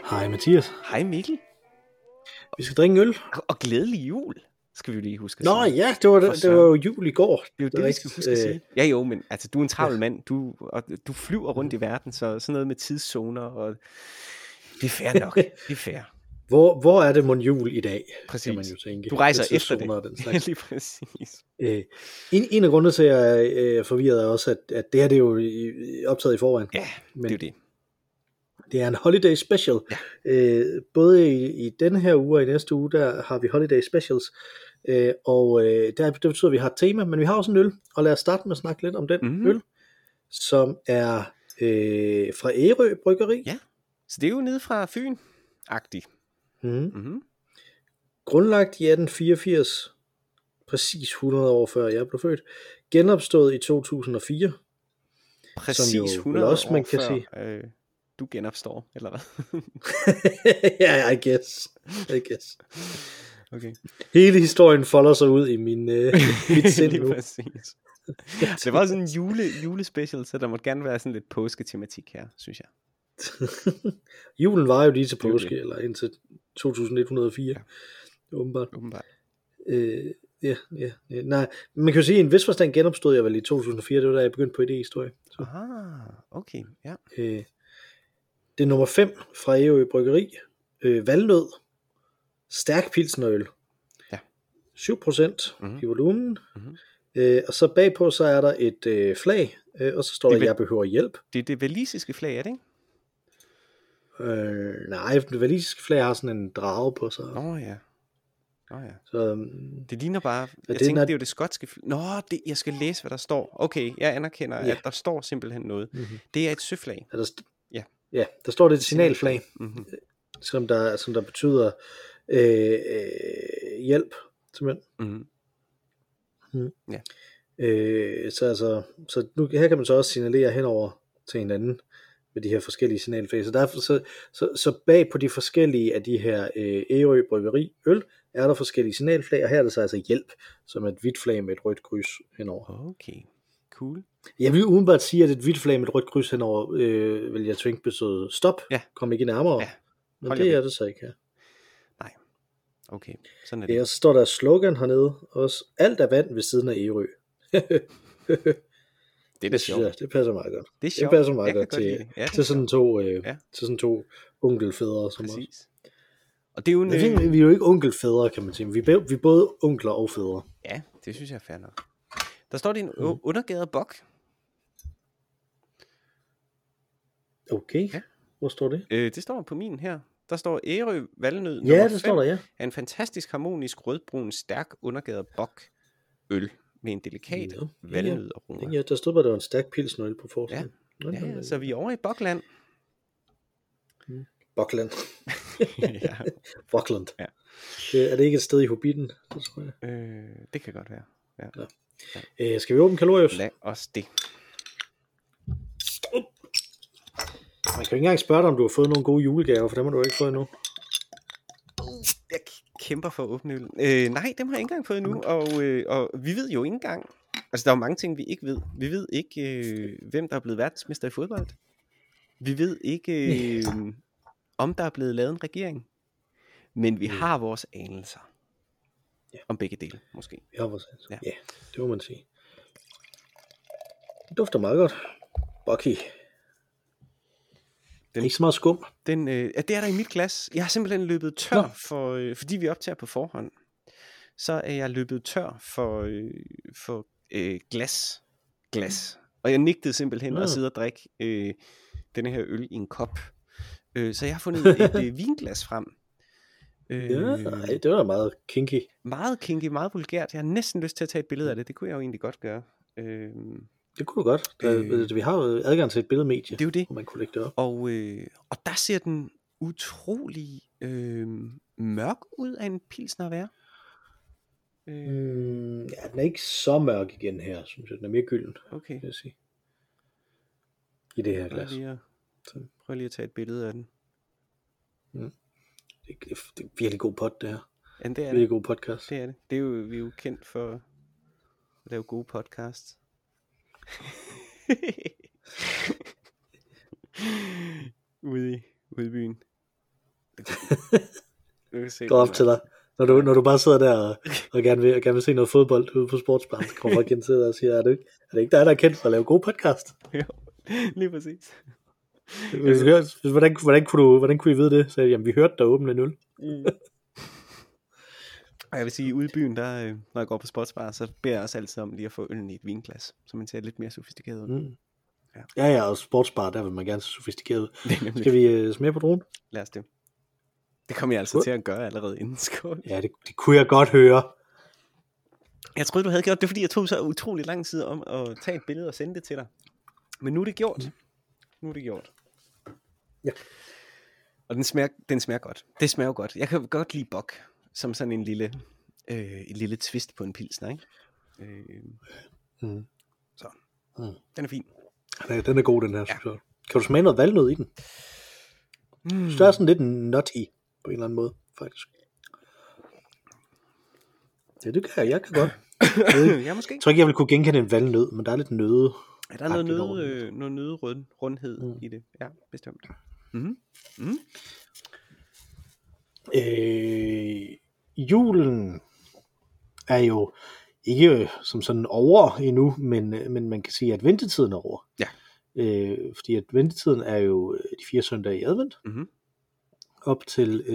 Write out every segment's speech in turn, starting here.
Hej Mathias. Hej Mikkel. Vi skal drikke en øl. Og glædelig jul, skal vi lige huske at Nå sige. ja, det var jo jul i går. Det er jo det, vi skal huske at sige. Ja jo, men altså, du er en travl mand. Du flyver rundt i verden, så sådan noget med tidszoner, og det er fair nok. Det er fair. Hvor er det mon jul i dag? Præcis. Kan man jo tænke. Du rejser efter det. Lige præcis. En af grundene til, at jeg er forvirret, er også, at det her det er jo optaget i forvejen. Ja, men det er jo det. Det er en holiday special. Ja. Både i denne her uge og i næste uge, der har vi holiday specials. Det betyder, at vi har et tema, men vi har også en øl. Og lad os starte med at snakke lidt om den øl, som er fra Ærø Bryggeri. Ja, så det er jo nede fra Fyn-agtigt. Grundlagt i 1884, præcis 100 år før jeg blev født. Genopstået i 2004. Præcis 100 også, år man kan før sige. Du genopstår, eller hvad? Ja, I guess. Okay. Hele historien folder sig ud i mit sind nu. Præcis. Det var sådan en julespecial, så der måtte gerne være sådan lidt påsketematik her, synes jeg. Julen var jo lige til påske, eller indtil 2104. Ja. Åbenbart. Ja. Nej, man kan jo sige, at en vis forstand genopstod jeg vel i 2004, det var da jeg begyndte på idéhistorie. Okay, ja. Det er nummer 5 fra Ærø Bryggeri. Valnød. Stærk pilsnerøl. Ja. 7% i volumen. Og så bagpå, så er der et flag, og så står der, jeg behøver hjælp. Det er det walisiske flag, er det ikke? Nej, det walisiske flag har sådan en drage på sig. Ja. Så, det ligner bare, jeg tænkte, det er jo det skotske jeg skal læse, hvad der står. Okay, jeg anerkender, at der står simpelthen noget. Det er et søflag. Ja, der står det et signalflag, som der betyder hjælp, simpelthen. Ja. Så nu her kan man så også signalere henover til hinanden med de her forskellige signalflag. Så derfor så bag på de forskellige af de her Ærø Bryggeri øl er der forskellige signalflag, og her er det så altså hjælp, som er et hvidt flag med et rødt kryds henover. Okay, cool. Jeg vil udenbart sige, at et hvidt flag med et rødt kryds henover vil jeg tænke betyder stop, kom ikke nærmere. Ja. Men det er det så ikke her. Nej, okay, sådan er det. Og så står der slogan hernede også, alt er vand ved siden af Ærø. Det er da sjovt. Det passer meget godt. Det passer meget godt til sådan to onkelfædre som os. Og det er jo vi er jo ikke onkelfædre, kan man sige. Vi er både onkler og fædre. Ja, det synes jeg er fair nok. Der står det en undergæret bok. Okay. Ja. Hvor står det? Det står på min her. Der står Ærø Valnød. Ja, det står der, ja. Er en fantastisk harmonisk rødbrun, stærk undergæret bok øl med en delikat valnød og brun. Ja, der stod bare, der var en stærk pilsnøl på forsiden. Ja, så vi er over i Bokland. Bokland. Ja. Bokland. Ja. Er det ikke et sted i Hobbiten? Det tror jeg. Det kan godt være. Ja. Skal vi åbne Kalorius? Lad os det. Man kan jo ikke engang spørge dig, om du har fået nogle gode julegaver, for dem har du ikke fået endnu. Jeg kæmper for at åbne øl. Nej, dem har jeg ikke engang fået endnu, og vi ved jo ikke engang. Altså, der er jo mange ting, vi ikke ved. Vi ved ikke, hvem der er blevet verdensmester i fodbold. Vi ved ikke, om der er blevet lavet en regering. Men vi har vores anelser. Om begge dele, måske. Vi har vores anelser. Ja, det må man sige. Det dufter meget godt. Bucky. Ikke så meget skum. Det er der i mit glas. Jeg har simpelthen løbet tør, fordi vi optager på forhånd. Så er jeg løbet tør for glas. Og jeg nægtede simpelthen at sidde og drikke denne her øl i en kop. Så jeg har fundet et vinglas frem. Det var meget kinky. Meget kinky, meget vulgært. Jeg har næsten lyst til at tage et billede af det. Det kunne jeg jo egentlig godt gøre. Det kunne du godt. Vi har jo adgang til et billedmedie. Det er jo det. Hvor man kunne lægge det op. Og der ser den utrolig mørk ud af en pilsner at være. Ja, den er ikke så mørk igen her, synes jeg. Den er mere gylden, okay. Vil jeg sige. I det her glas. Prøv lige at tage et billede af den. Det er virkelig god pod, det her. Ja, det er virkelig god podcast. Det er det. Vi er jo kendt for at lave gode podcasts. ude i byen. Går op til dig. Når du bare sidder der og gerne vil se noget fodbold ude på sportsbaren, så kommer folk ind til dig og siger, er det ikke dig, der er kendt for at lave god podcast? Jo, lige præcis. Hvordan kunne I vide det? Så jamen, vi hørte dig åbne en øl. Og jeg vil sige, ude i byen, der, når jeg går på sportsbar, så beder jeg også altid om lige at få øllen i et vinglas, så man ser lidt mere sofistikeret ud. Ja, og sportsbar, der vil man gerne se sofistikeret ud. Skal vi smage på dronen? Lad os det. Det kommer jeg altså til at gøre allerede inden. Skål. Ja, det kunne jeg godt høre. Jeg troede, du havde gjort det, fordi jeg tog så utrolig lang tid om at tage et billede og sende det til dig. Men nu er det gjort. Ja. Og den smager godt. Det smager jo godt. Jeg kan godt lide bok, som sådan en lille twist på en pilsner, ikke? Så. Den er fin. Ja, den er god, den her. Ja. Kan du smage noget valnød i den? Så er sådan lidt nutty på en eller anden måde, faktisk. Ja, det kan jeg kan godt. Ja, måske. Jeg tror ikke, jeg vil kunne genkende en valnød, men der er lidt nøde. Ja, der er noget nøderundhed i det. Ja, bestemt. Julen er jo ikke som sådan over endnu, men man kan sige, at ventetiden er over. Ja. Fordi at ventetiden er jo de 4 søndage i advent, op til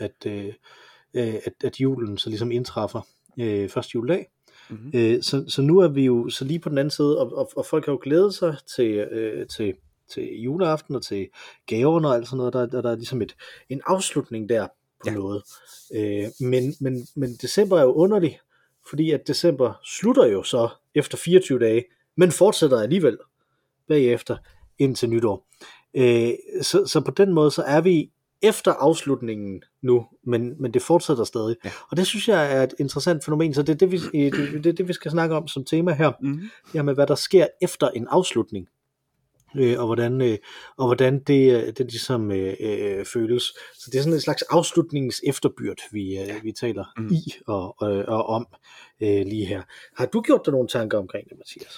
at julen så ligesom indtræffer første juledag. Så nu er vi jo så lige på den anden side, og folk har jo glædet sig til juleaften og til gaverne og alt sådan noget. Der er ligesom en afslutning der på noget. Men december er jo underlig, fordi at december slutter jo så efter 24 dage, men fortsætter alligevel bagefter indtil nytår. Så på den måde, så er vi efter afslutningen nu, men det fortsætter stadig. Ja. Og det synes jeg er et interessant fænomen, så det er det, vi skal snakke om som tema her. Jamen, hvad der sker efter en afslutning. Og hvordan det ligesom føles. Så det er sådan en slags afslutningens efterbyrd, vi taler i og om lige her. Har du gjort dig nogle tanker omkring det, Mathias?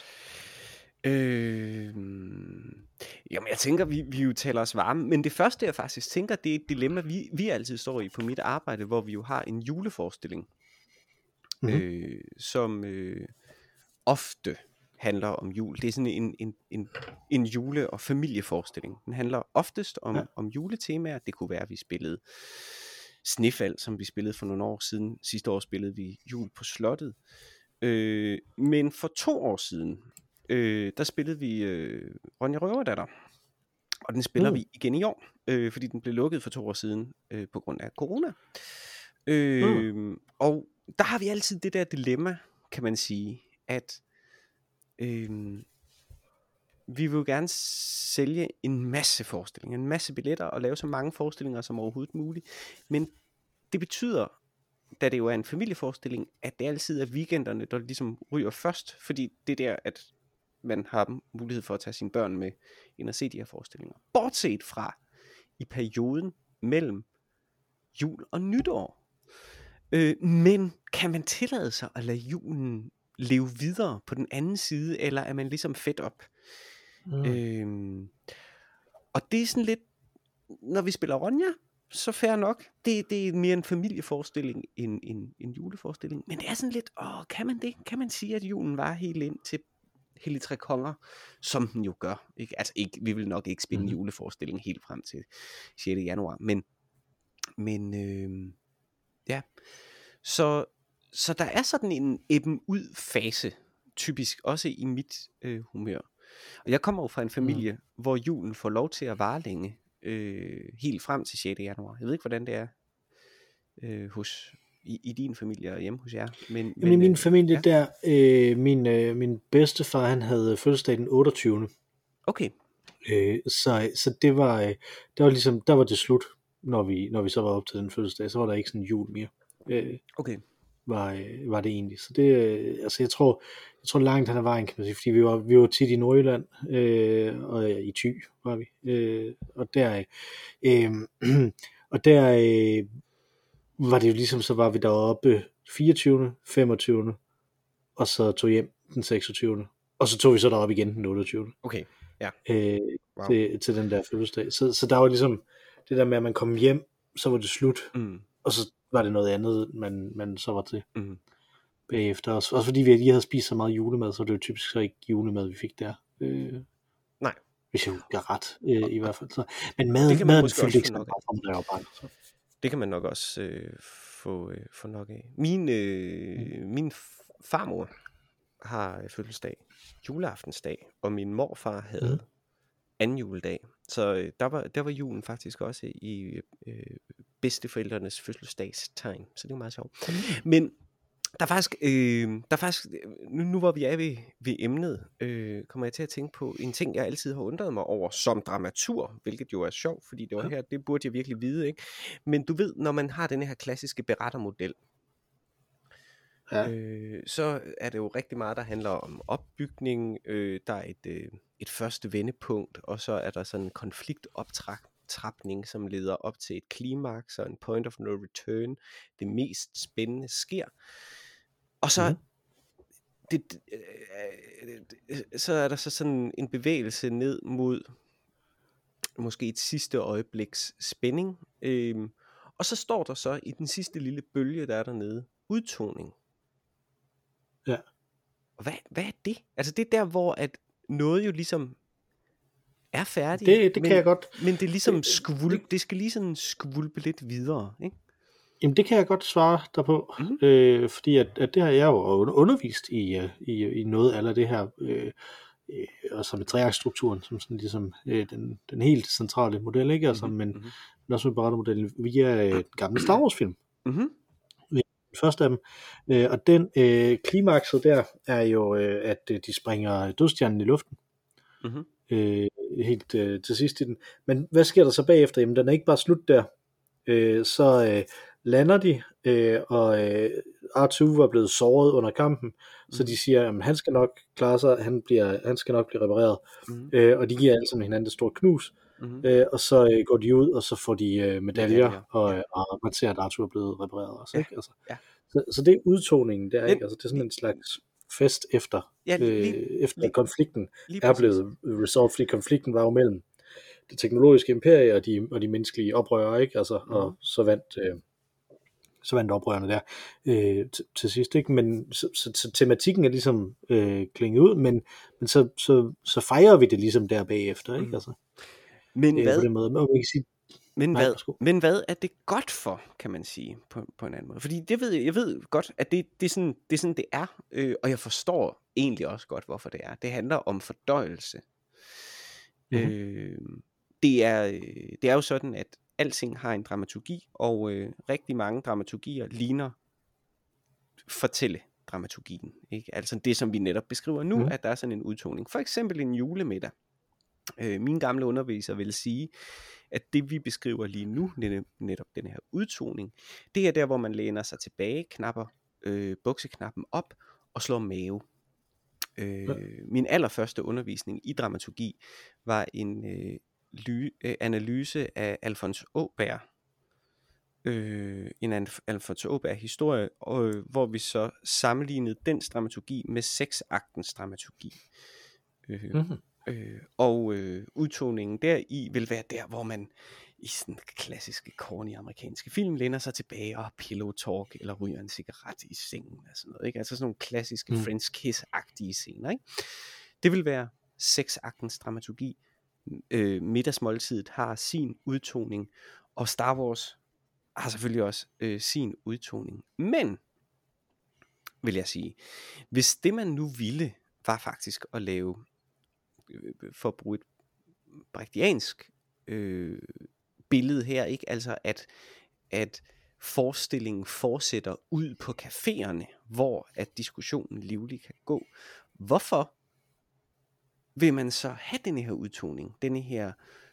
Jamen jeg tænker, vi jo taler os varme, men det første jeg faktisk tænker, det er et dilemma, vi altid står i på mit arbejde, hvor vi jo har en juleforestilling, som ofte handler om jul. Det er sådan en jule- og familieforestilling. Den handler oftest om juletemaer. Det kunne være, at vi spillede Snefald, som vi spillede for nogle år siden. Sidste år spillede vi Jul på Slottet. Men for 2 år siden, der spillede vi Ronja Røverdatter. Og den spiller vi igen i år, fordi den blev lukket for 2 år siden på grund af corona. Og der har vi altid det der dilemma, kan man sige, at vi vil jo gerne sælge en masse forestillinger, en masse billetter og lave så mange forestillinger som overhovedet muligt. Men det betyder, da det jo er en familieforestilling, at det altid er weekenderne, der ligesom ryger først, fordi det er der, at man har mulighed for at tage sine børn med ind og se de her forestillinger. Bortset fra i perioden mellem jul og nytår. Men kan man tillade sig at lade julen leve videre på den anden side, eller er man ligesom fedt op? Og det er sådan lidt, når vi spiller Ronja, så fair nok. Det er mere en familieforestilling end en juleforestilling. Men det er sådan lidt, kan man det? Kan man sige, at julen var helt ind til Hellig Tre Konger, som den jo gør? Ikke? Altså ikke, vi vil nok ikke spille en juleforestilling helt frem til 6. januar, men ja. Så der er sådan en ebben ud fase, typisk også i mit humør. Og jeg kommer jo fra en familie, hvor julen får lov til at vare længe, helt frem til 6. januar. Jeg ved ikke, hvordan det er i din familie og hjemme hos jer. Men i min familie der, min bedstefar, han havde fødselsdag den 28. Okay. Så det var ligesom, der var det slut, når vi så var op til den fødselsdag, så var der ikke sådan jul mere. Okay. Var det egentlig. Så det, altså jeg tror langt hen ad vejen, kan man sige, fordi vi var tit i Nordjylland, og i Thy var vi, og der var det jo ligesom, så var vi deroppe 24., 25., og så tog hjem den 26., og så tog vi så derop igen den 28. Okay, ja. Til den der fødselsdag. Så der var ligesom det der med, at man kom hjem så var det slut, og så var det noget andet, man så var til bagefter. Også fordi vi lige havde spist så meget julemad, så det var typisk så ikke julemad, vi fik der. Nej. Hvis jeg husker ret, i hvert fald. Så. Men maden fyldte ikke så meget om, der var barn. Så. Det kan man nok også få nok af. Min farmor har fødselsdag, juleaftensdag, og min morfar havde anden juledag. Så der var julen faktisk også i bedsteforældrenes fødselsdagstegn. Så det var meget sjovt. Men der er faktisk nu hvor vi er ved emnet, kommer jeg til at tænke på en ting, jeg altid har undret mig over som dramatur, hvilket jo er sjovt, fordi det var her, det burde jeg virkelig vide, ikke? Men du ved, når man har den her klassiske berettermodel, så er det jo rigtig meget, der handler om opbygning, der er et første vendepunkt, og så er der sådan en konfliktoptrapning, som leder op til et klimaks og en point of no return. Det mest spændende sker. Og så, så er der så sådan en bevægelse ned mod måske et sidste øjebliks spænding. Og så står der så i den sidste lille bølge, der er dernede, udtoning. Ja. Og hvad er det? Altså det er der, hvor at noget jo ligesom er færdigt. Det kan jeg godt. Men det er ligesom det skal lige sådan skvulpe lidt videre, ikke? Jamen det kan jeg godt svare dig på, fordi at det har jeg jo undervist i noget af det her, og som med treaktstrukturen, som sådan ligesom den helt centrale model, ikke? Altså, men også med berettermodellen via den gamle Star Wars film. Første af dem, og den klimakset der er jo, at de springer dødstjernen i luften. Helt til sidst i den. Men hvad sker der så bagefter? Jamen den er ikke bare slut der. Så lander de, og R2 var blevet såret under kampen, så de siger, at han skal nok klare sig, han skal nok blive repareret, og de giver alle sammen hinanden et stort knus, og så går de ud, og så får de medaljer, og man ser, at R2 er blevet repareret også, ikke? Altså, så det er udtoningen der, ikke? Altså, det er sådan en slags fest efter, efter konflikten er blevet resolved, fordi konflikten var jo mellem det teknologiske imperie og de menneskelige oprørere, ikke? Altså, og så vandt oprørerne der til sidst, ikke? Men så tematikken er ligesom klinget ud, men så fejrer vi det ligesom der bagefter, ikke? Altså, men hvad? På den måde. Man kan sige, men hvad er det godt for, kan man sige, på en anden måde? Fordi jeg ved godt, at det er sådan det er, og jeg forstår egentlig også godt, hvorfor det er. Det handler om fordøjelse. Det er jo sådan, at alting har en dramaturgi, og rigtig mange dramaturgier ligner fortælledramaturgien, ikke? Altså det, som vi netop beskriver nu, at der er sådan en udtoning. For eksempel en julemiddag. Mine gamle undervisere vil sige, at det vi beskriver lige nu, netop den her udtoning, det er der, hvor man læner sig tilbage, knapper bukseknappen op og slår mave. Min allerførste undervisning i dramaturgi var en analyse af Alfons Åberg, en Alfons Åberg historie, hvor vi så sammenlignede dens dramaturgi med seksaktens dramaturgi. Og udtoningen deri vil være der, hvor man i sådan klassiske corny amerikanske film læner sig tilbage og har pillow talk eller ryger en cigaret i sengen og sådan noget, ikke? Altså sådan nogle klassiske French kiss-agtige scener, ikke? Det vil være seksaktens dramaturgi. Middagsmåltidet har sin udtoning, og Star Wars har selvfølgelig også sin udtoning. Men, vil jeg sige, hvis det man nu ville, var faktisk at lave, for at bruge et brechtiansk billede her, ikke? Altså at forestillingen fortsætter ud på caféerne, hvor at diskussionen livligt kan gå. Hvorfor vil man så have denne her udtoning, denne her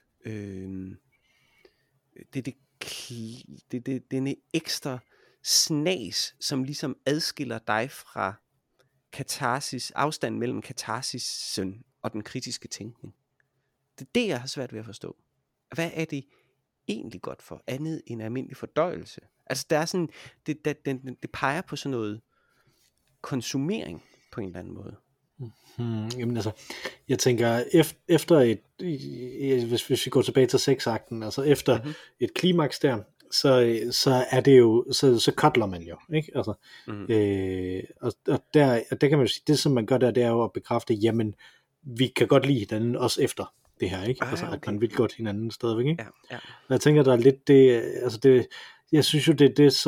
denne ekstra snas, som ligesom adskiller dig fra katarsis, afstanden mellem katarsisen og den kritiske tænkning? Det er det, jeg har svært ved at forstå. Hvad er det egentlig godt for, andet end almindelig fordøjelse? Altså der er sådan, det peger på sådan noget konsumering på en eller anden måde. Jamen altså, jeg tænker efter hvis vi går tilbage til seksakten, altså efter et klimaks der, så er det jo, så cutler man jo, ikke? Altså, og der kan man jo sige, det som man gør der, det er jo at bekræfte, jamen, vi kan godt lide hinanden også efter det her, ikke? Altså, at man vil godt hinanden stadigvæk, ikke? Ja. Og jeg tænker, der er lidt det, altså det, jeg synes jo, det er det,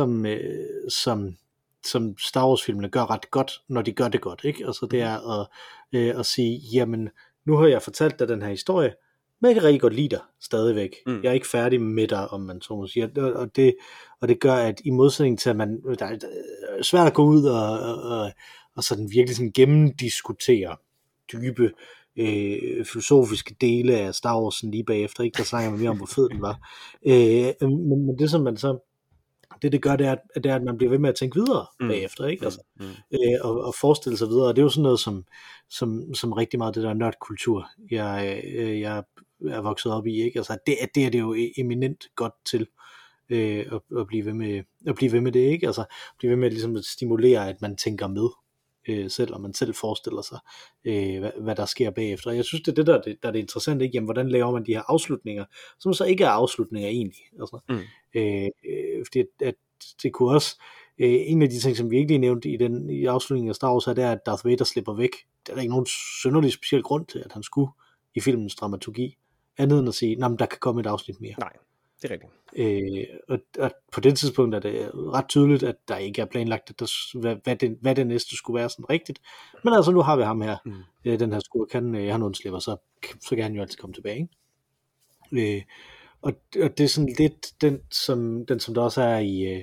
som Star Wars-filmene gør ret godt, når de gør det godt, ikke? Altså, det er at sige, jamen, nu har jeg fortalt dig den her historie, men jeg kan rigtig godt lide dig stadigvæk. Jeg er ikke færdig med dig, om man så må sige. Og det gør, at i modsætning til, at der er svært at gå ud og sådan virkelig sådan gennemdiskutere dybe filosofiske dele af Star Wars lige bagefter, ikke? Der snakker man mere om, hvor fed den var. Men det, som man så det gør, det er, at man bliver ved med at tænke videre bagefter, ikke? Altså, og forestille sig videre, og det er jo sådan noget, som rigtig meget det der nørdkultur, jeg er vokset op i, ikke? Altså, det er det jo eminent godt til at blive ved med det, ikke? Altså, blive ved med ligesom at stimulere, at man tænker med selv, og man selv forestiller sig, hvad der sker bagefter. Og jeg synes, det er det, der er det interessante, ikke? Jamen, hvordan laver man de her afslutninger, som så ikke er afslutninger egentlig. Altså, fordi at det kunne også, en af de ting, som vi ikke lige nævnte i afslutningen af Star Wars, er, at Darth Vader slipper væk. Der er der ikke nogen synderlig speciel grund til, at han skulle i filmens dramaturgi, andet end at sige, men der kan komme et afsnit mere. Nej, det er rigtigt. Og på det tidspunkt er det ret tydeligt, at der ikke er planlagt, at hvad det næste skulle være sådan rigtigt. Men altså, nu har vi ham her, den her skurk, han undslipper, så kan han jo altid komme tilbage, ikke? Og det er sådan lidt den som der også er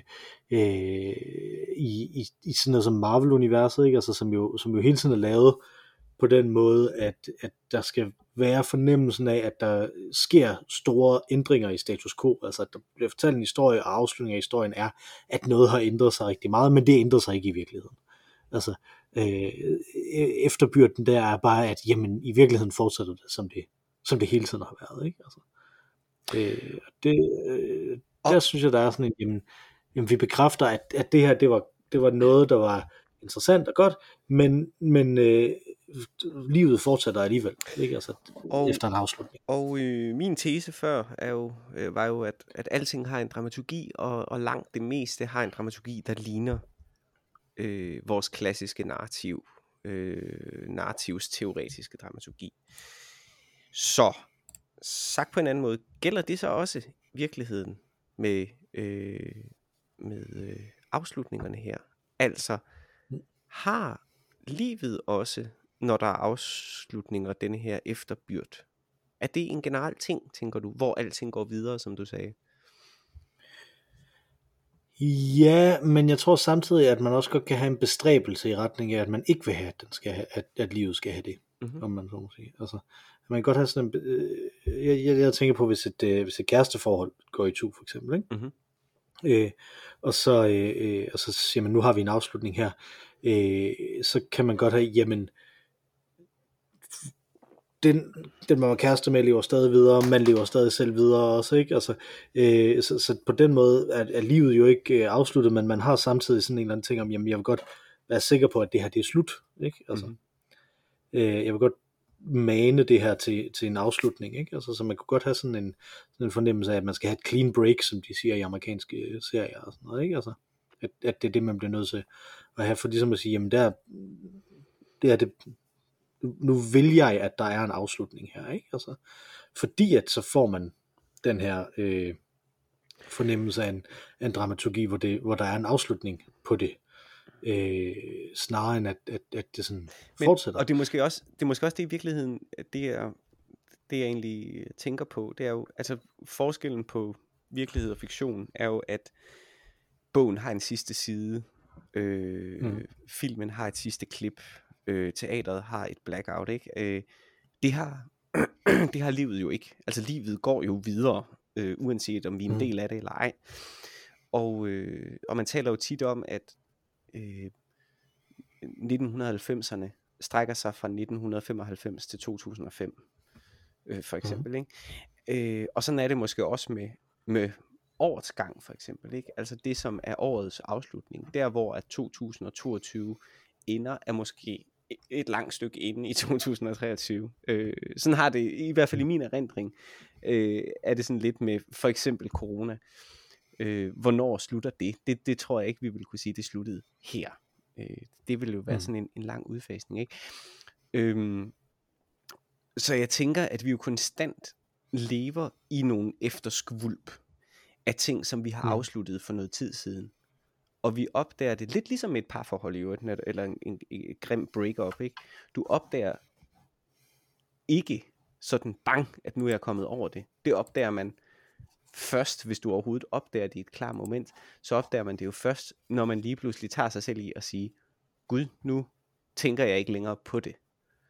i sådan noget som Marvel-universet, ikke? Altså, som jo hele tiden er lavet på den måde, at der skal være fornemmelsen af, at der sker store ændringer i status quo, altså at der bliver fortalt en historie, og afslutningen af historien er, at noget har ændret sig rigtig meget, men det ændrer sig ikke i virkeligheden. Altså, efterbyrden der er bare, at jamen, i virkeligheden fortsætter det, som det hele tiden har været, ikke? Altså, der synes jeg, der er sådan en, jamen vi bekræfter, at det her, det var noget, der var interessant og godt, men livet fortsætter alligevel, ikke? Altså, efter en afslutning. Og min tese før var jo, at alting har en dramaturgi, og langt det meste har en dramaturgi, der ligner vores klassiske narrativsteoretiske dramaturgi. Så sagt på en anden måde, gælder det så også virkeligheden med afslutningerne her? Altså, har livet også, når der er afslutninger, denne her efterbyrd? Er det en generel ting, tænker du, hvor alting går videre, som du sagde? Ja, men jeg tror samtidig, at man også godt kan have en bestræbelse i retning af, at man ikke vil have, at livet skal have det, om man så må sige. Altså, man kan godt have sådan en, jeg tænker på, hvis et kæresteforhold går i tu, for eksempel, ikke? Og så siger man, nu har vi en afslutning her, så kan man godt have, jamen, den man var kæreste med lever stadig videre, man lever stadig selv videre også, ikke? Altså, så på den måde er livet jo ikke afsluttet, men man har samtidig sådan en eller anden ting om, jamen, jeg vil godt være sikker på, at det her, det er slut, ikke? Altså, jeg vil godt mane det her til en afslutning, ikke? Altså, så man kunne godt have sådan en fornemmelse af, at man skal have et clean break, som de siger i amerikanske serier og sådan noget, ikke? Altså, at det er det, man bliver nødt til at have, for ligesom at sige, jamen det er det, nu vil jeg, at der er en afslutning her, ikke? Altså, fordi at så får man den her fornemmelse af en dramaturgi, hvor der er en afslutning på det, snarere end at det sådan fortsætter. Og det er måske også det i virkeligheden, det jeg egentlig tænker på, det er jo, altså forskellen på virkelighed og fiktion, er jo, at bogen har en sidste side, filmen har et sidste klip, teateret har et blackout, ikke? Det har livet jo ikke. Altså livet går jo videre, uanset om vi er en del af det eller ej. Og man taler jo tit om, at 1990'erne strækker sig fra 1995 til 2005, for eksempel, ikke? Og sådan er det måske også med årets gang, for eksempel, ikke? Altså det, som er årets afslutning, der hvor at 2022 ender, er måske et langt stykke inde i 2023. Sådan har det, i hvert fald i min erindring, er det sådan lidt med for eksempel corona. Hvornår slutter det? Det tror jeg ikke, vi vil kunne sige, det sluttede her. Det vil jo være sådan en lang udfasning, ikke? Så jeg tænker, at vi jo konstant lever i nogle efterskvulp af ting, som vi har afsluttet for noget tid siden. Og vi opdager det lidt ligesom et parforhold i øvrigt, eller en grim break-up, ikke? Du opdager ikke sådan bang, at nu er jeg kommet over det. Det opdager man først, hvis du overhovedet opdager det i et klart moment, så opdager man det jo først, når man lige pludselig tager sig selv i at sige, Gud, nu tænker jeg ikke længere på det.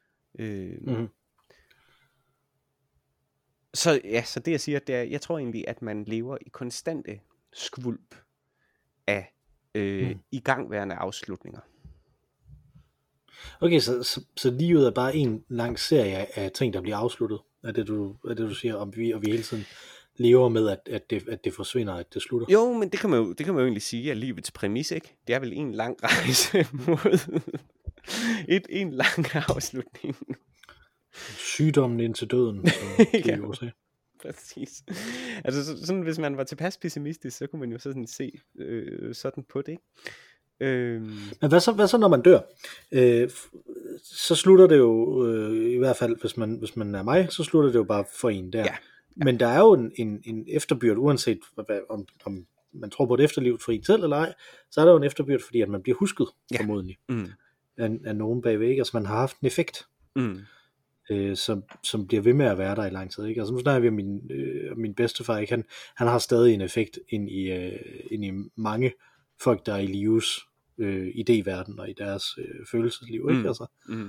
Så det jeg siger, det er, jeg tror egentlig, at man lever i konstante skvulp af igangværende afslutninger. Okay, så livet er bare en lang serie af ting, der bliver afsluttet, er det du siger, og vi hele tiden lever med, at det forsvinder, at det slutter. Jo, men det kan man jo egentlig sige, at livets præmis, ikke? Det er vel en lang rejse mod en lang afslutning. Sygdommen indtil døden, ja, præcis. Altså sådan, hvis man var tilpas pessimistisk, så kunne man jo sådan se sådan på det, ikke? Men hvad så når man dør? Så slutter det jo, i hvert fald hvis man er mig, så slutter det jo bare for en der. Ja. Men der er jo en efterbyrd, uanset om man tror på et efterliv for en selv eller ej, så er der jo en efterbyrd, fordi at man bliver husket, formodentlig, af nogen bagved, ikke? Altså man har haft en effekt, som bliver ved med at være der i lang tid, ikke? Altså nu snakker vi om min bedstefar, ikke? Han har stadig en effekt ind i mange folk, der er i lives idéverden og i deres følelsesliv, ikke? Altså,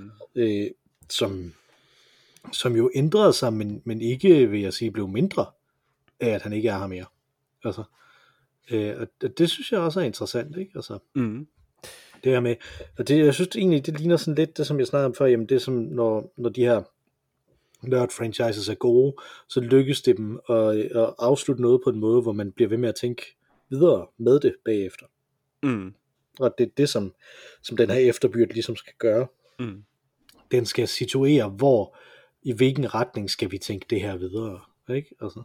som jo ændrede sig, men ikke, vil jeg sige, blev mindre af, at han ikke er her mere. Altså, og det synes jeg også er interessant, ikke? Altså, det her med, og det, jeg synes egentlig, det ligner sådan lidt det, som jeg snakkede om før, jamen det som, når de her nørd-franchises er gode, så lykkes det dem at afslutte noget på en måde, hvor man bliver ved med at tænke videre med det bagefter. Og det er det, som den her efterbyrd ligesom skal gøre. Den skal situere, i hvilken retning skal vi tænke det her videre, ikke? Altså,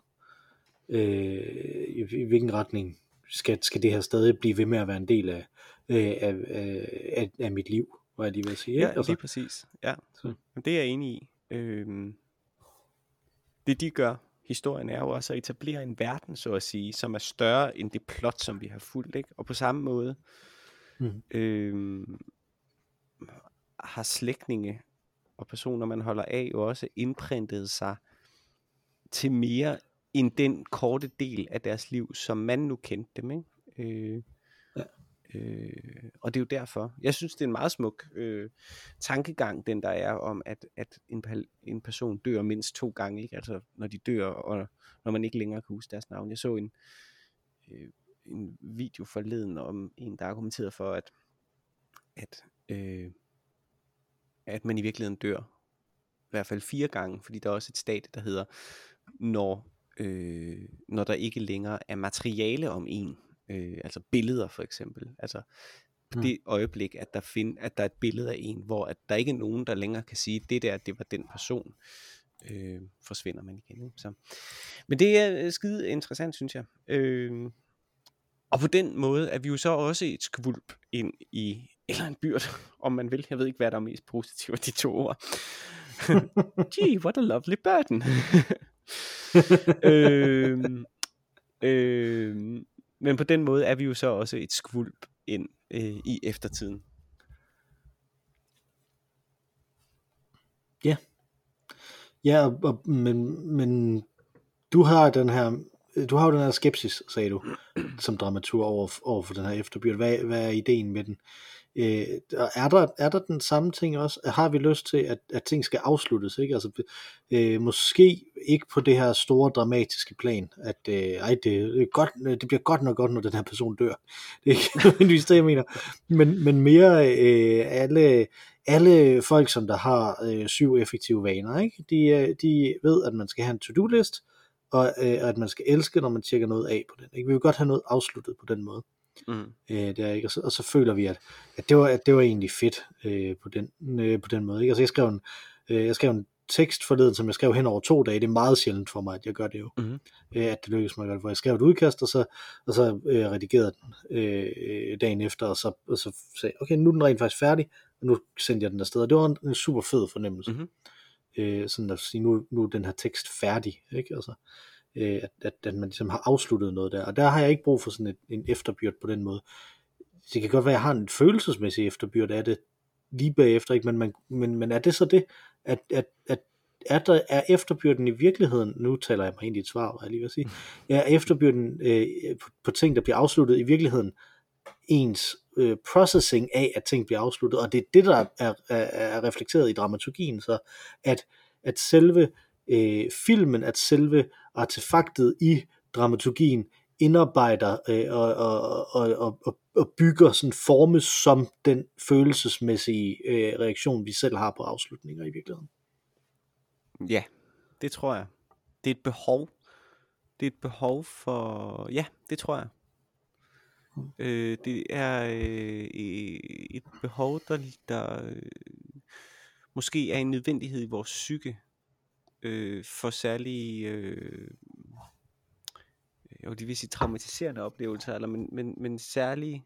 i hvilken retning skal det her stadig blive ved med at være en del af mit liv, hvad jeg lige vil sige, ikke? Ja, lige præcis. Ja. Det er jeg enig i. Det de gør, historien er jo også at etablere en verden, så at sige, som er større end det plot, som vi har fulgt, ikke? Og på samme måde har slægtninge og personer, man holder af, jo også indprintet sig til mere end den korte del af deres liv, som man nu kendte dem, ikke? Og det er jo derfor. Jeg synes, det er en meget smuk tankegang, den der er om, at en person dør mindst 2 gange, ikke? Altså når de dør, og når man ikke længere kan huske deres navn. Jeg så en video forleden om en, der argumenterede for, at man i virkeligheden dør i hvert fald 4 gange, fordi der er også et stadie, der hedder, når der ikke længere er materiale om en, altså billeder for eksempel, altså det øjeblik, at der er et billede af en, hvor at der ikke er nogen, der længere kan sige, det var den person, forsvinder man igen, ikke? Så. Men det er skide interessant, synes jeg. Og på den måde er vi jo så også et skvulp ind i, eller en byrde, om man vil. Jeg ved ikke, hvad der er mest positivt af de 2 ord. Gee, what a lovely burden. Men på den måde er vi jo så også et skvulp ind i eftertiden. Ja, men du har jo den her skepsis, sagde du, som dramaturg over for den her efterbyrd. Hvad er ideen med den? Er der den samme ting også? Har vi lyst til, at ting skal afsluttes, ikke? Altså, måske ikke på det her store dramatiske plan, at det bliver godt nok godt, når den her person dør. Det er ikke nødvendigvis det, jeg mener. Men mere alle folk, som der har 7 effektive vaner, ikke? De ved, at man skal have en to-do-list, og at man skal elske, når man tjekker noget af på den, ikke? Vi vil godt have noget afsluttet på den måde. Det er, ikke? Og så føler vi, at det var egentlig fedt på den måde, ikke? Altså jeg skrev en tekst forleden, som jeg skrev hen over 2 dage. Det er meget sjældent for mig, at jeg gør det jo. At det lykkes mig at gøre det, hvor jeg skrev et udkast, og så redigerede den dagen efter, og så sagde okay, nu er den rent faktisk færdig, og nu sendte jeg den afsted. Og det var en super fed fornemmelse. Sådan at sige, nu er den her tekst færdig, ikke? Altså, at man ligesom har afsluttet noget der, og der har jeg ikke brug for sådan en efterbyrd på den måde. Det kan godt være, at jeg har en følelsesmæssig efterbyrd af det lige bagefter, ikke? Men er det så det, at er efterbyrden i virkeligheden, nu taler jeg mig ind i et svar, hvad jeg lige vil sige, er efterbyrden på ting, der bliver afsluttet, i virkeligheden ens processing af, at ting bliver afsluttet, og det er det, der er reflekteret i dramaturgien, så at selve filmen, at selve artefaktet i dramaturgien indarbejder og bygger sådan formes som den følelsesmæssige reaktion, vi selv har på afslutninger i virkeligheden. Ja, det tror jeg. Det er et behov. Det er et behov for... Ja, det tror jeg. Det er et behov, der måske er en nødvendighed i vores psyke for særlige... det vil sige traumatiserende oplevelser, eller men særlige...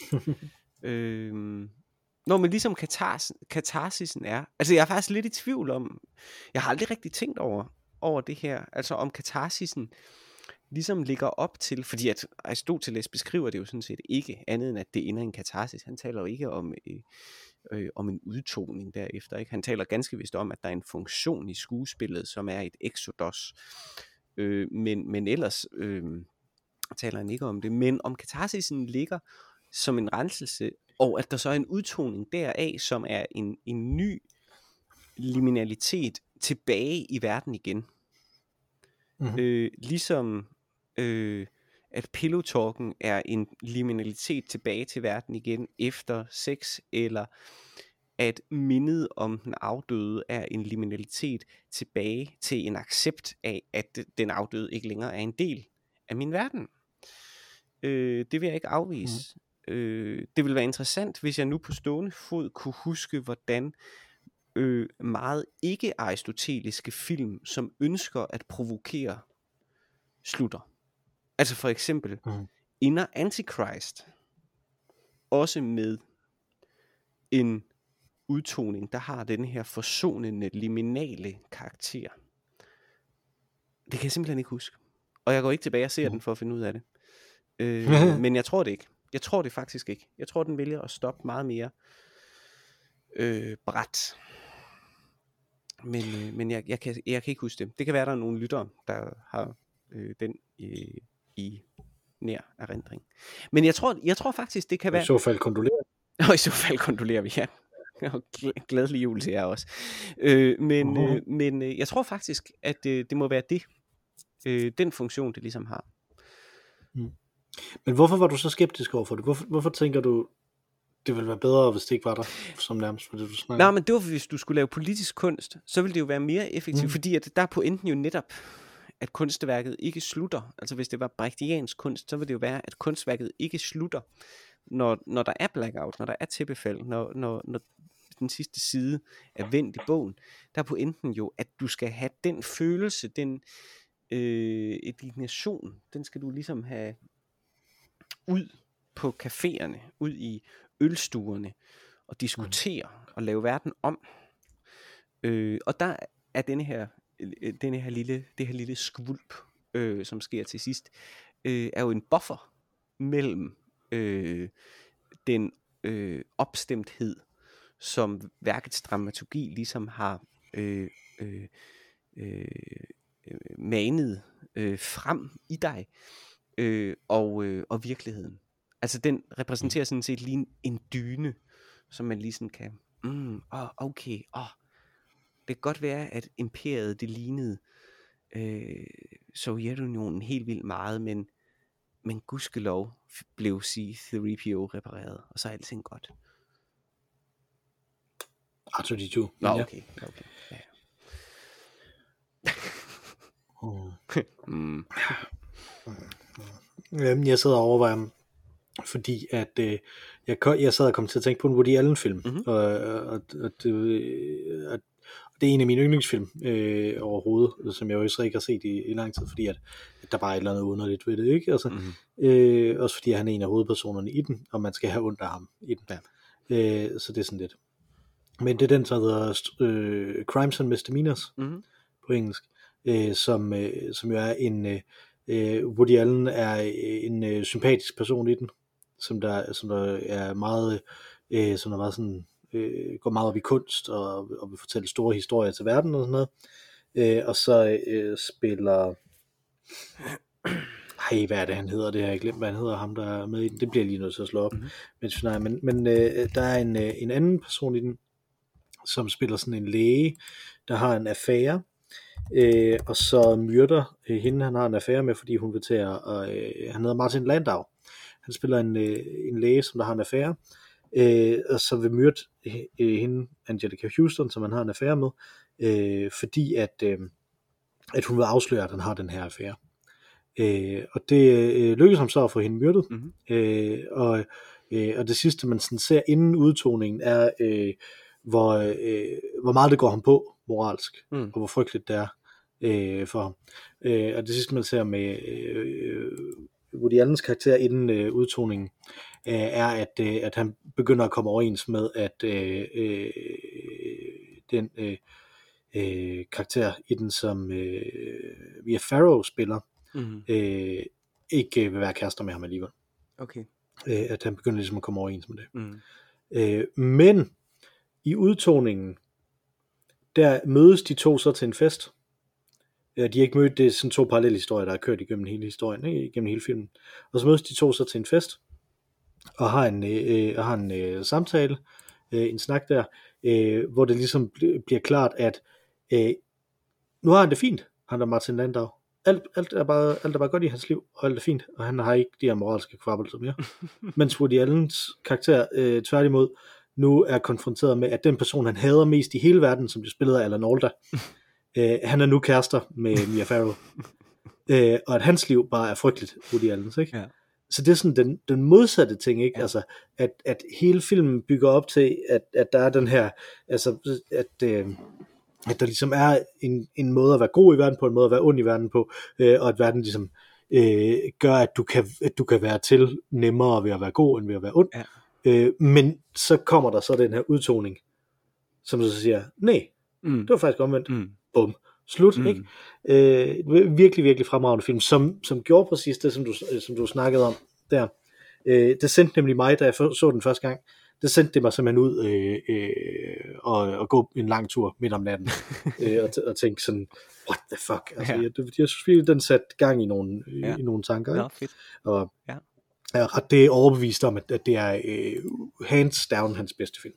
men ligesom katarsisen er, altså jeg er faktisk lidt i tvivl om, jeg har aldrig rigtig tænkt over det her, altså om katarsisen ligesom ligger op til, fordi at Aristoteles beskriver det jo sådan set ikke andet end at det ender i en katarsis. Han taler jo ikke om en udtoning derefter, ikke? Han taler ganske vist om, at der er en funktion i skuespillet, som er et exodus, men ellers taler han ikke om det, men om katarsisen ligger som en renselse, og at der så er en udtoning deraf, som er en ny liminalitet tilbage i verden igen. Ligesom at pillow-talken er en liminalitet tilbage til verden igen efter sex, eller at mindet om den afdøde er en liminalitet tilbage til en accept af, at den afdøde ikke længere er en del af min verden. Det vil jeg ikke afvise. Det ville være interessant, hvis jeg nu på stående fod kunne huske, hvordan meget ikke-aristoteliske film, som ønsker at provokere, slutter. Altså for eksempel, ender Antichrist også med en udtoning, der har den her forsonende, liminale karakter. Det kan jeg simpelthen ikke huske. Og jeg går ikke tilbage og ser den for at finde ud af det. Men jeg tror det ikke. Jeg tror det faktisk ikke. Jeg tror, den vælger at stoppe meget mere brat. Men jeg kan ikke huske det. Det kan være, der er nogle lyttere, der har den i nær erindring. Men jeg tror faktisk, det kan være... I så fald kondolerer. Og i så fald kondolerer vi, ja. Og glædelig jul til jer også. Men jeg tror faktisk, at det må være det. Den funktion, det ligesom har. Men hvorfor var du så skeptisk overfor det? Hvorfor tænker du, det ville være bedre, hvis det ikke var der, som nærmest for det, du snakker? Nej, men det var, hvis du skulle lave politisk kunst, så ville det jo være mere effektivt, fordi at der er pointen jo netop, at kunstværket ikke slutter. Altså hvis det var brechtiansk kunst, så ville det jo være, at kunstværket ikke slutter, når der er blackout, når der er tæppefald, når den sidste side er vendt i bogen. Der er pointen jo, at du skal have den følelse, den indignation, den skal du ligesom have ud på caféerne, ud i ølstuerne, og diskutere og lave verden om. Og der er det her lille skvulp, som sker til sidst, er jo en buffer mellem den opstemthed, som værkets dramaturgi ligesom har manet frem i dig, og virkeligheden. Altså den repræsenterer sådan set lige en dyne, som man lige sådan kan, det kan godt være, at imperiet det lignede Sovjetunionen helt vildt meget, men gudskelov blev C-3PO repareret, og så er alting godt. R2-D2. Nå, okay. Ja. Jeg sidder og overvejer, fordi at jeg sad og kom til at tænke på en Woody Allen film, og det er en af mine yndlingsfilm overhovedet, som jeg jo også ikke har set i lang tid, fordi at der bare er et eller andet underligt ved det, ikke? Altså, også fordi han er en af hovedpersonerne i den, og man skal have ondt af ham i den. Ja. Så det er sådan lidt. Men det er den, der hedder Crimes and Misdemeanors på engelsk, som jo er en Woody Allen er en sympatisk person i den, som der er meget som der var sådan går meget op i kunst og vil fortælle store historier til verden og sådan noget. Og så spiller hvad er det han hedder, det har jeg glemt, hvad han hedder, ham der er med i den, det bliver lige nødt til at slå op. Men der er en anden person i den, som spiller sådan en læge, der har en affære, og så myrder hende, han har en affære med, fordi hun vil til han hedder Martin Landau. Han spiller en læge, som der har en affære, og så vil myrde hende, Angelica Houston, som han har en affære med, fordi at hun vil afsløre, at han har den her affære. Og det lykkes ham så at få hende myrdet. Og det sidste, man sådan ser inden udtoningen, er hvor meget det går ham på moralsk, og hvor frygteligt det er for ham. Og det sidste, man ser med Woody Allens karakter inden udtoningen, er, at han begynder at komme overens med, at den karakter i den, som Mia Farrow spiller, ikke vil være kærester med ham alligevel. Okay. At han begynder ligesom at komme overens med det. Men i udtoningen, der mødes de to så til en fest. De har ikke mødt, det er sådan to parallelle historier, der er kørt igennem hele historien, ikke? Igennem hele filmen. Og så mødes de to så til en fest, og har en samtale, en snak der, hvor det ligesom bliver klart, at nu har han det fint, han der Martin Landau. Alt er bare godt i hans liv, og alt er fint, og han har ikke de her moralske kvabelser mere. Mens Woody Allens karakter tværtimod nu er konfronteret med, at den person, han hader mest i hele verden, som bliver spillet af Alan Alda, han er nu kærester med Mia Farrow. Og at hans liv bare er frygteligt, Woody Allens, ikke? Ja. Så det er sådan den modsatte ting, ikke? Ja. Altså, at hele filmen bygger op til, at der er den her, altså, at der ligesom er en måde at være god i verden på, en måde at være ond i verden på, og at verden ligesom gør, at du kan være til nemmere ved at være god, end ved at være ond. Ja. Men så kommer der så den her udtoning, som så siger, nej, det var faktisk omvendt. Bum. Slut, ikke? Virkelig, virkelig fremragende film, som gjorde præcis det, som du snakkede om der. Det sendte nemlig mig, da jeg så den første gang, det sendte det mig simpelthen ud og gå en lang tur midt om natten og tænke sådan, what the fuck? Altså, jeg synes virkelig, den satte gang i nogle tanker. Ikke? Fedt. Og jeg er ret overbevist om, at det er hands down hans bedste film.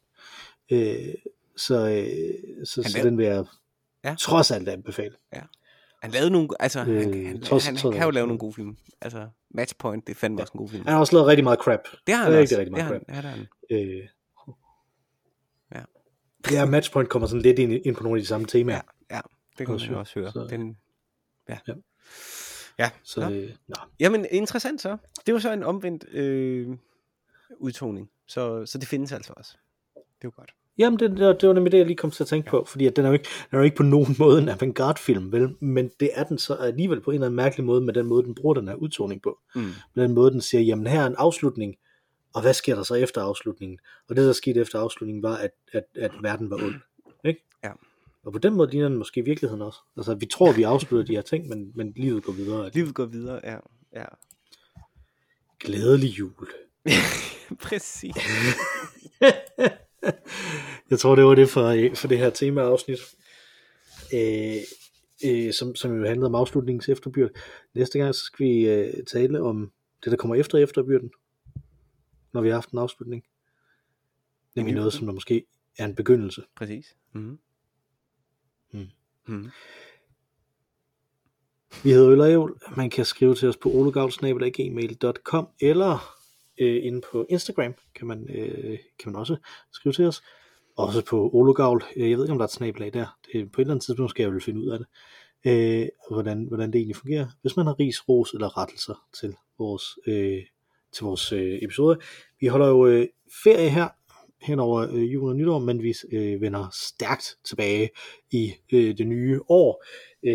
Så den vil jeg trods alt anbefale. Ja. Han lavede nogle, altså han kan jo lave nogle gode film. Altså Matchpoint, det er fandme også en god film. Han har også lavet rigtig meget crap. Det har han også. Rigtig meget crap. Ja. Ja, Matchpoint kommer sådan lidt ind på nogle af de samme temaer. Ja, det kan man også høre. Så, Så, Jamen, interessant så. Det var så en omvendt udtoning. Så det findes altså også. Det er jo godt. Jamen, det var nemlig det, jeg lige kom til at tænke på, fordi at den er jo ikke på nogen måde en avantgarde-film, vel? Men det er den så alligevel på en eller anden mærkelig måde, med den måde, den bruger den her udtoning på. Med den måde, den siger, jamen her er en afslutning, og hvad sker der så efter afslutningen? Og det, der skete efter afslutningen, var, at verden var ond. Ikke? Ja. Og på den måde ligner den måske i virkeligheden også. Altså, vi tror, vi afslutter de her ting, men livet går videre. Livet går videre, ja. Glædelig jul. Præcis. Jeg tror, det var det for det her temaafsnit, som jo handlede om afslutningens efterbyrd. Næste gang, så skal vi tale om det, der kommer efter efterbyrden, når vi har haft en afslutning. Nemlig noget, som der måske er en begyndelse. Præcis. Vi hedder Øl og Ævl. Man kan skrive til os på ologavl@gmail.com eller inde på Instagram kan man også skrive til os. Også på ologavl. Jeg ved ikke, om der er et snabelag der. På et eller andet tidspunkt skal jeg vel finde ud af det. Hvordan det egentlig fungerer. Hvis man har ris, ros eller rettelser til vores episoder. Vi holder jo ferie her hen over jul og nytår, men vi vender stærkt tilbage i det nye år.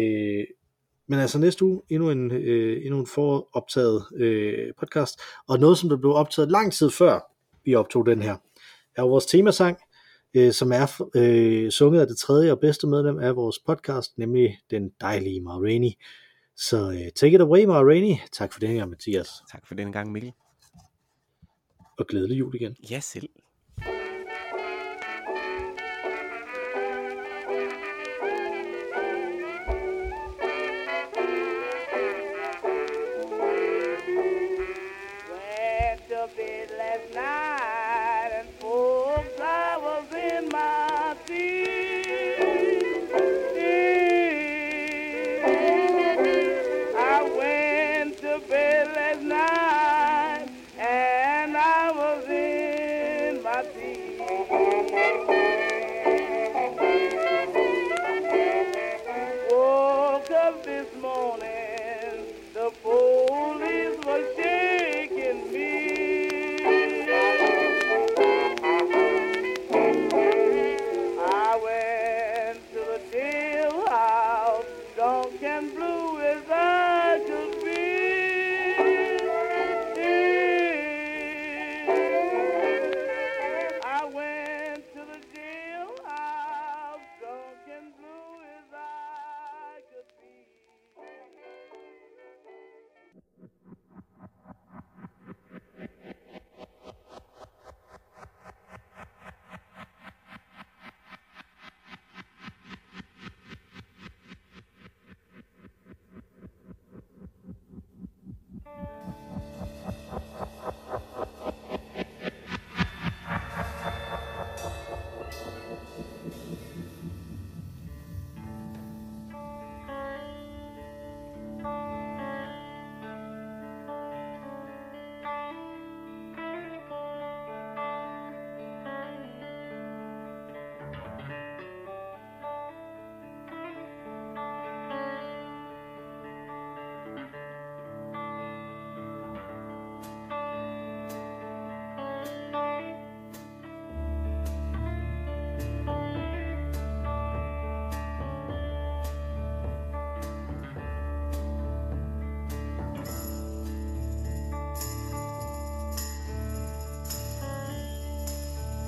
Men altså næste uge, endnu en foroptaget podcast, og noget, som der blev optaget lang tid før vi optog den her, er vores temasang, som er sunget af det tredje og bedste medlem af vores podcast, nemlig den dejlige Ma Rainey. Så take it away, Ma Rainey. Tak for denne gang, Mathias. Tak for denne gang, Mikkel. Og glædelig jul igen. Ja, selv.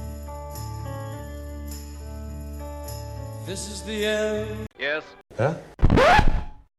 This is the end. Yes. Huh?